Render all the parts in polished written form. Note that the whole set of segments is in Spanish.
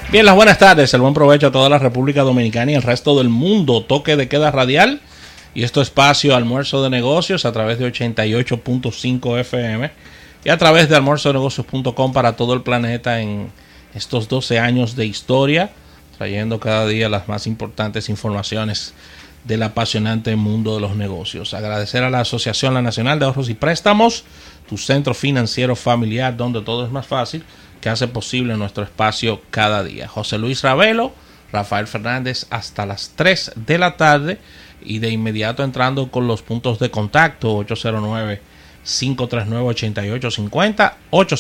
Bien, las buenas tardes, el buen provecho a toda la República Dominicana y el resto del mundo. Toque de queda radial y esto espacio Almuerzo de Negocios a través de 88.5 FM y a través de almuerzonegocios.com para todo el planeta en estos 12 años de historia, trayendo cada día las más importantes informaciones del apasionante mundo de los negocios. Agradecer a la Asociación La Nacional de Ahorros y Préstamos, tu centro financiero familiar donde todo es más fácil, que hace posible nuestro espacio cada día. José Luis Ravelo, Rafael Fernández hasta las 3 de la tarde y de inmediato entrando con los puntos de contacto 809-539-8850,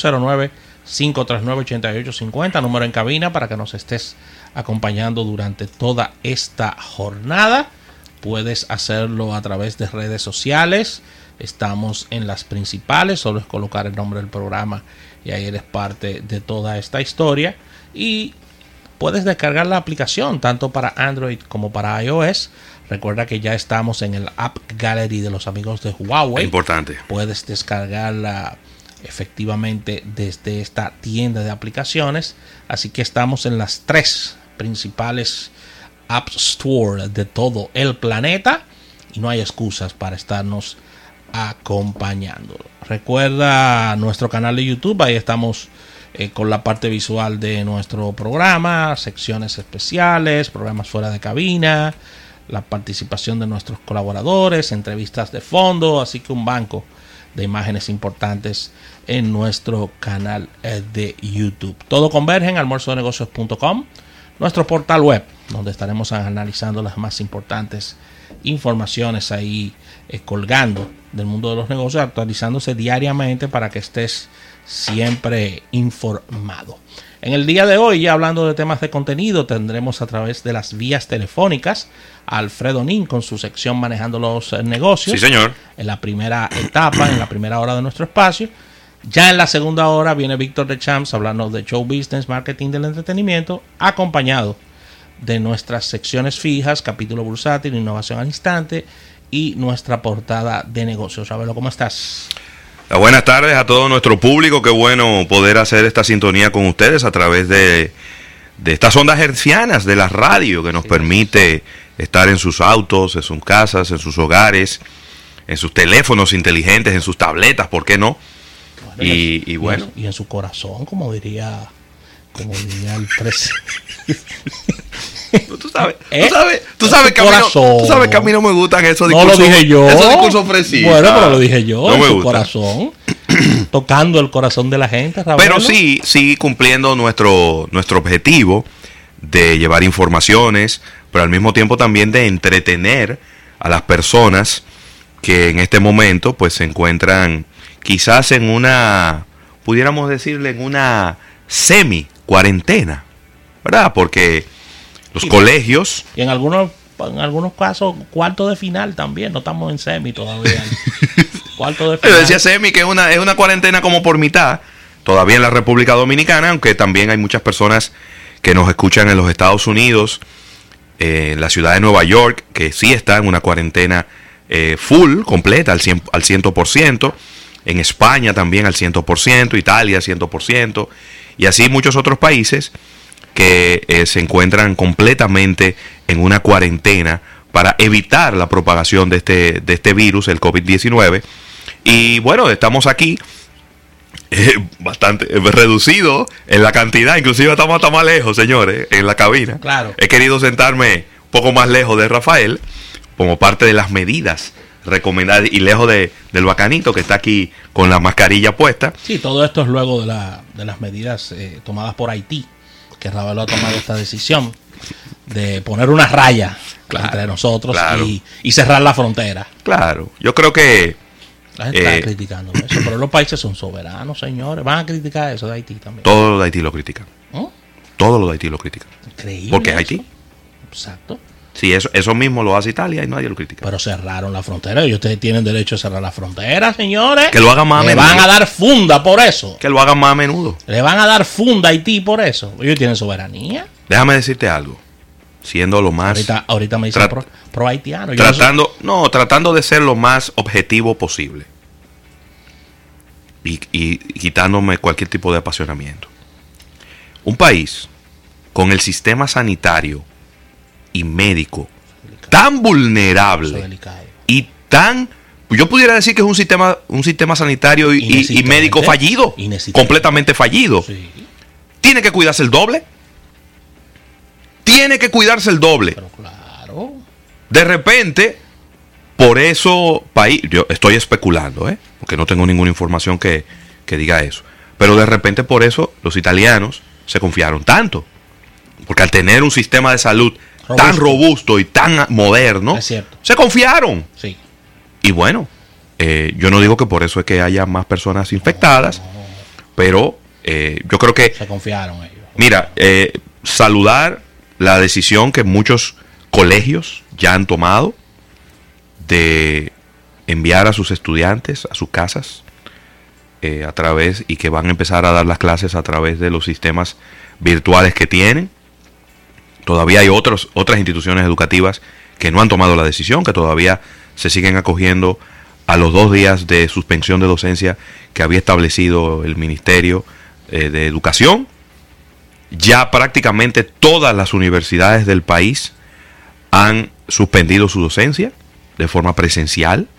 809-539-8850, número en cabina para que nos estés acompañando durante toda esta jornada. Puedes hacerlo a través de redes sociales. Estamos en las principales, solo es colocar el nombre del programa y ahí eres parte de toda esta historia. Y puedes descargar la aplicación tanto para Android como para iOS. Recuerda que ya estamos en el App Gallery de los amigos de Huawei. Importante. Puedes descargarla efectivamente desde esta tienda de aplicaciones. Así que estamos en las 3 principales App Store de todo el planeta y no hay excusas para estarnos acompañando. Recuerda nuestro canal de YouTube, ahí estamos con la parte visual de nuestro programa, secciones especiales, programas fuera de cabina, la participación de nuestros colaboradores, entrevistas de fondo, así que un banco de imágenes importantes en nuestro canal de YouTube. Todo converge en almuerzodenegocios.com, nuestro portal web, donde estaremos analizando las más importantes informaciones ahí colgando del mundo de los negocios, actualizándose diariamente para que estés siempre informado. En el día de hoy, ya hablando de temas de contenido, tendremos a través de las vías telefónicas a Alfredo Nin con su sección Manejando los Negocios. Sí, señor. En la primera etapa, en la primera hora de nuestro espacio. Ya en la segunda hora viene Víctor de Champs hablando de show business, marketing del entretenimiento, acompañado de nuestras secciones fijas, capítulo bursátil, innovación al instante y nuestra portada de negocios. Ravelo, ¿cómo estás? Buenas tardes a todo nuestro público. Qué bueno poder hacer esta sintonía con ustedes a través de estas ondas hertzianas de la radio que nos permite estar en sus autos, en sus casas, en sus hogares, en sus teléfonos inteligentes, en sus tabletas, ¿por qué no? Y bueno. Y en su corazón, como diría el presidente. Tú sabes que a mí no me gustan esos discursos. No lo dije yo. Esos discursos fresivos. Bueno, pero lo dije yo. No en me su gusta. Corazón. Tocando el corazón de la gente, Ravelo. Pero sí cumpliendo nuestro objetivo de llevar informaciones, pero al mismo tiempo también de entretener a las personas que en este momento pues se encuentran quizás en una, pudiéramos decirle, en una semi-cuarentena, ¿verdad? Porque los colegios... Y en algunos casos, cuarto de final también, no estamos en semi todavía. Cuarto de final. Yo decía semi, que es una cuarentena como por mitad, todavía en la República Dominicana, aunque también hay muchas personas que nos escuchan en los Estados Unidos, en la ciudad de Nueva York, que sí está en una cuarentena full, completa, al 100%, en España también al 100%, Italia 100%, y así muchos otros países que se encuentran completamente en una cuarentena para evitar la propagación de este virus, el COVID-19. Y bueno, estamos aquí bastante reducido en la cantidad, inclusive estamos hasta más lejos, señores, en la cabina. Claro. He querido sentarme un poco más lejos de Rafael, como parte de las medidas recomendadas, y lejos del bacanito que está aquí con la mascarilla puesta. Sí, todo esto es luego de las medidas tomadas por Haití, que Ravelo ha tomado esta decisión de poner una raya entre nosotros y cerrar la frontera. Claro, yo creo que la gente está criticando eso, pero los países son soberanos, señores. Van a criticar eso de Haití también. Todos los de Haití lo critican. Todos los de Haití lo critican. Increíble. Porque es Haití. Exacto. Sí, eso mismo lo hace Italia y nadie lo critica. Pero cerraron la frontera y ustedes tienen derecho a cerrar la frontera, señores. Que lo hagan más a menudo. Le van a dar funda por eso. Que lo hagan más a menudo. Le van a dar funda a Haití por eso. Ellos tienen soberanía. Déjame decirte algo. Siendo lo más... Ahorita me dicen pro haitiano. Tratando de ser lo más objetivo posible. Y quitándome cualquier tipo de apasionamiento. Un país con el sistema sanitario y médico tan vulnerable y tan, yo pudiera decir que es un sistema sanitario y médico fallido, completamente fallido. Sí. Tiene que cuidarse el doble. Tiene que cuidarse el doble. Pero claro. De repente, por eso, yo estoy especulando, porque no tengo ninguna información que diga eso. Pero de repente por eso los italianos se confiaron tanto. Porque al tener un sistema de salud tan robusto y tan moderno, se confiaron. Sí. Y bueno, yo no digo que por eso es que haya más personas infectadas, pero yo creo que... Se confiaron ellos. Mira, saludar la decisión que muchos colegios ya han tomado de enviar a sus estudiantes a sus casas a través, y que van a empezar a dar las clases a través de los sistemas virtuales que tienen. Todavía hay otras instituciones educativas que no han tomado la decisión, que todavía se siguen acogiendo a los 2 días de suspensión de docencia que había establecido el Ministerio de Educación. Ya prácticamente todas las universidades del país han suspendido su docencia de forma presencial,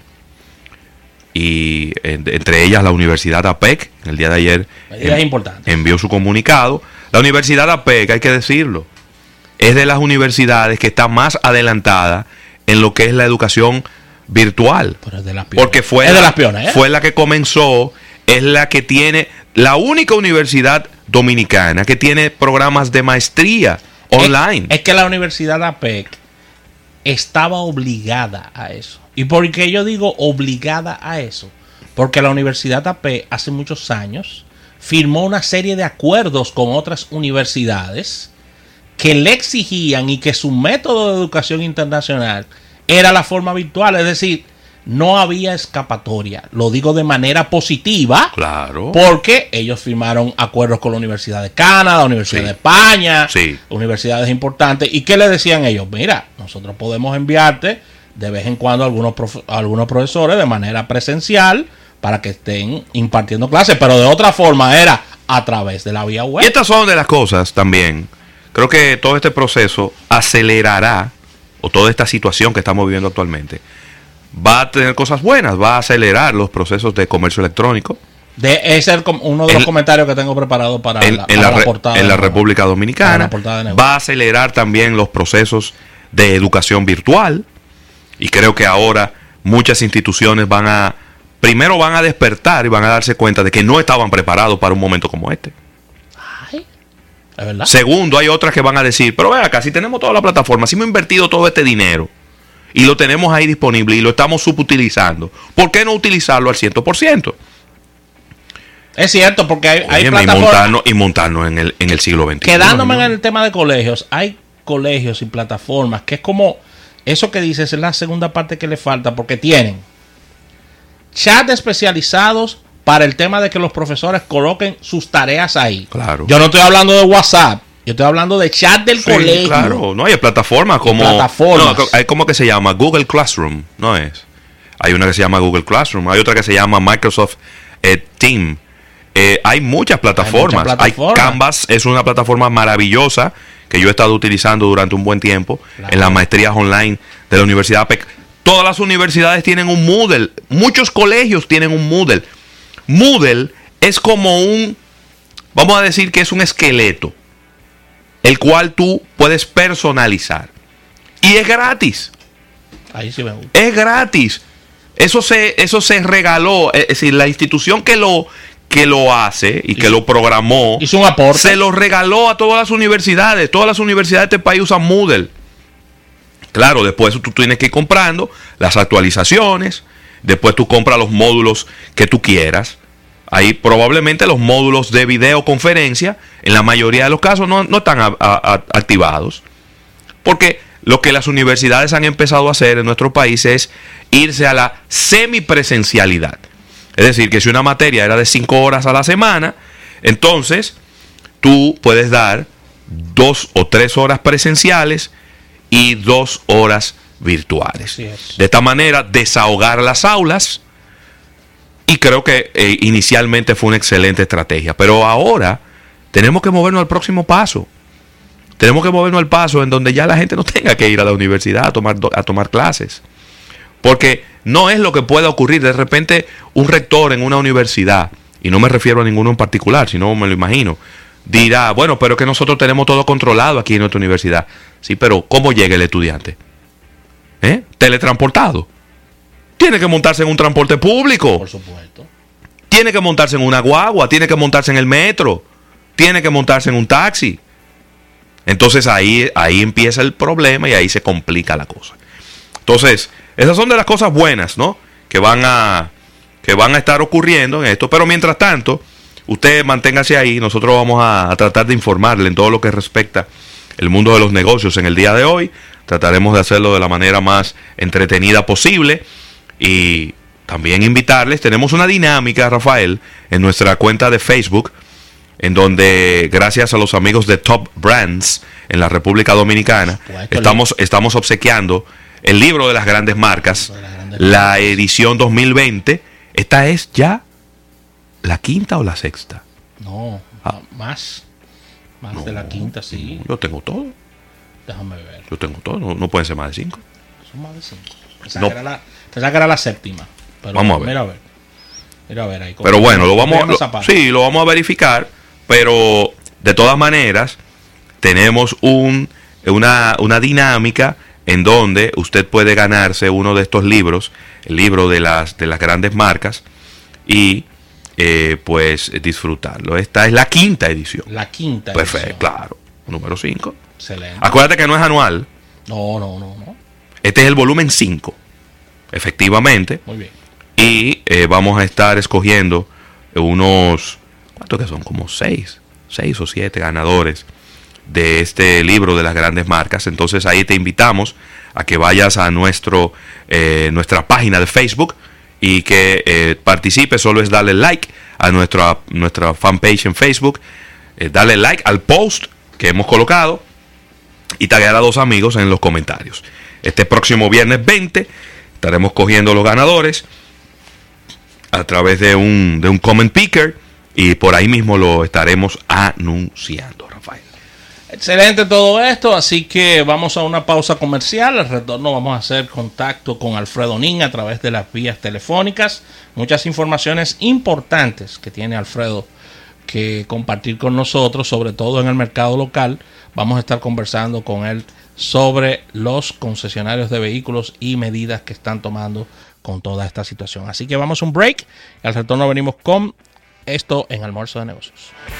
y entre ellas la Universidad APEC, el día de ayer envió su comunicado. La Universidad APEC, hay que decirlo, es de las universidades que está más adelantada en lo que es la educación virtual. Pero es de las pioneras. Porque fue la que comenzó, es la que tiene, la única universidad dominicana que tiene programas de maestría online. Es que la Universidad APEC estaba obligada a eso. ¿Y por qué yo digo obligada a eso? Porque la Universidad APEC hace muchos años firmó una serie de acuerdos con otras universidades que le exigían y que su método de educación internacional era la forma virtual. Es decir, no había escapatoria. Lo digo de manera positiva. Claro. Porque ellos firmaron acuerdos con la Universidad de Canadá, la Universidad de España, universidades importantes. ¿Y qué le decían ellos? Mira, nosotros podemos enviarte de vez en cuando algunos profesores de manera presencial para que estén impartiendo clases, pero de otra forma era a través de la vía web. Y estas son de las cosas también. Creo que todo este proceso acelerará, o toda esta situación que estamos viviendo actualmente, va a tener cosas buenas, va a acelerar los procesos de comercio electrónico. Ese es uno de los comentarios que tengo preparado para la portada. En la República Dominicana. Va a acelerar también los procesos de educación virtual. Y creo que ahora muchas instituciones primero van a despertar y van a darse cuenta de que no estaban preparados para un momento como este. Ay, ¿es verdad? Segundo, hay otras que van a decir, pero ve acá, si tenemos toda la plataforma, si hemos invertido todo este dinero y lo tenemos ahí disponible y lo estamos subutilizando, ¿por qué no utilizarlo al 100%? Es cierto, porque hay plataformas. Y montarnos en el siglo XXI. Quedándome en el tema de colegios, hay colegios y plataformas que es como eso que dices, es la segunda parte que le falta, porque tienen chats especializados para el tema de que los profesores coloquen sus tareas ahí. Claro. Yo no estoy hablando de WhatsApp, yo estoy hablando de chat del colegio. Claro, no hay plataformas como. Hay como que se llama Google Classroom, ¿no es? Hay una que se llama Google Classroom, hay otra que se llama Microsoft Teams. Hay muchas plataformas. Hay Canvas, es una plataforma maravillosa que yo he estado utilizando durante un buen tiempo en las maestrías online de la Universidad APEC. Todas las universidades tienen un Moodle. Muchos colegios tienen un Moodle. Moodle es como vamos a decir que es un esqueleto, el cual tú puedes personalizar. Y es gratis. Ahí sí me gusta. Es gratis. Eso se regaló. Es decir, la institución que lo hace y que lo programó, hizo un aporte, se lo regaló a todas las universidades. Todas las universidades de este país usan Moodle. Claro, después tú tienes que ir comprando las actualizaciones, después tú compras los módulos que tú quieras. Ahí probablemente los módulos de videoconferencia, en la mayoría de los casos, no están activados. Porque lo que las universidades han empezado a hacer en nuestro país es irse a la semipresencialidad. Es decir, que si una materia era de 5 horas a la semana, entonces tú puedes dar 2 o 3 horas presenciales y 2 horas virtuales. De esta manera, desahogar las aulas, y creo que inicialmente fue una excelente estrategia. Pero ahora tenemos que movernos al próximo paso. Tenemos que movernos al paso en donde ya la gente no tenga que ir a la universidad a tomar clases. Porque no es lo que pueda ocurrir. De repente, un rector en una universidad, y no me refiero a ninguno en particular, sino me lo imagino, dirá, bueno, pero es que nosotros tenemos todo controlado aquí en nuestra universidad. Sí, pero ¿cómo llega el estudiante? Teletransportado. Tiene que montarse en un transporte público. Por supuesto. Tiene que montarse en una guagua, tiene que montarse en el metro, tiene que montarse en un taxi. Entonces ahí empieza el problema y ahí se complica la cosa. Entonces, esas son de las cosas buenas, ¿no? Que van a estar ocurriendo en esto. Pero mientras tanto, usted manténgase ahí. Nosotros vamos a tratar de informarle en todo lo que respecta el mundo de los negocios en el día de hoy. Trataremos de hacerlo de la manera más entretenida posible. Y también invitarles. Tenemos una dinámica, Rafael, en nuestra cuenta de Facebook, en donde, gracias a los amigos de Top Brands en la República Dominicana, estamos obsequiando el libro de las grandes marcas, la edición 2020. ¿Esta es ya la quinta o la sexta? No, más no, de la quinta, sí. Yo tengo todo. Déjame ver. Yo tengo todo, no pueden ser más de 5. Son más de 5. Pensaba que era la séptima. Pero vamos a ver. Mira a ver ahí. Pero bueno, lo vamos a verificar. Pero de todas maneras, tenemos una dinámica en donde usted puede ganarse uno de estos libros, el libro de las grandes marcas, y pues disfrutarlo. Esta es la quinta edición. La quinta Perfecto, edición. claro. Número 5. Excelente. Acuérdate que no es anual. No. Este es el volumen 5. Efectivamente. Muy bien. Y vamos a estar escogiendo unos... ¿Cuántos que son? Como 6 o 7 ganadores de este libro de las grandes marcas. Entonces ahí te invitamos a que vayas a nuestra página de Facebook y que participes. Solo es darle like a nuestra fanpage en Facebook, darle like al post que hemos colocado y taguear a 2 amigos en los comentarios. Este próximo viernes 20 estaremos cogiendo los ganadores a través de un comment picker. Y por ahí mismo lo estaremos anunciando, Rafael. Excelente todo esto, así que vamos a una pausa comercial. Al retorno vamos a hacer contacto con Alfredo Nin a través de las vías telefónicas. Muchas informaciones importantes que tiene Alfredo que compartir con nosotros, sobre todo en el mercado local. Vamos a estar conversando con él sobre los concesionarios de vehículos y medidas que están tomando con toda esta situación. Así que vamos a un break y al retorno venimos con esto en Almuerzo de Negocios.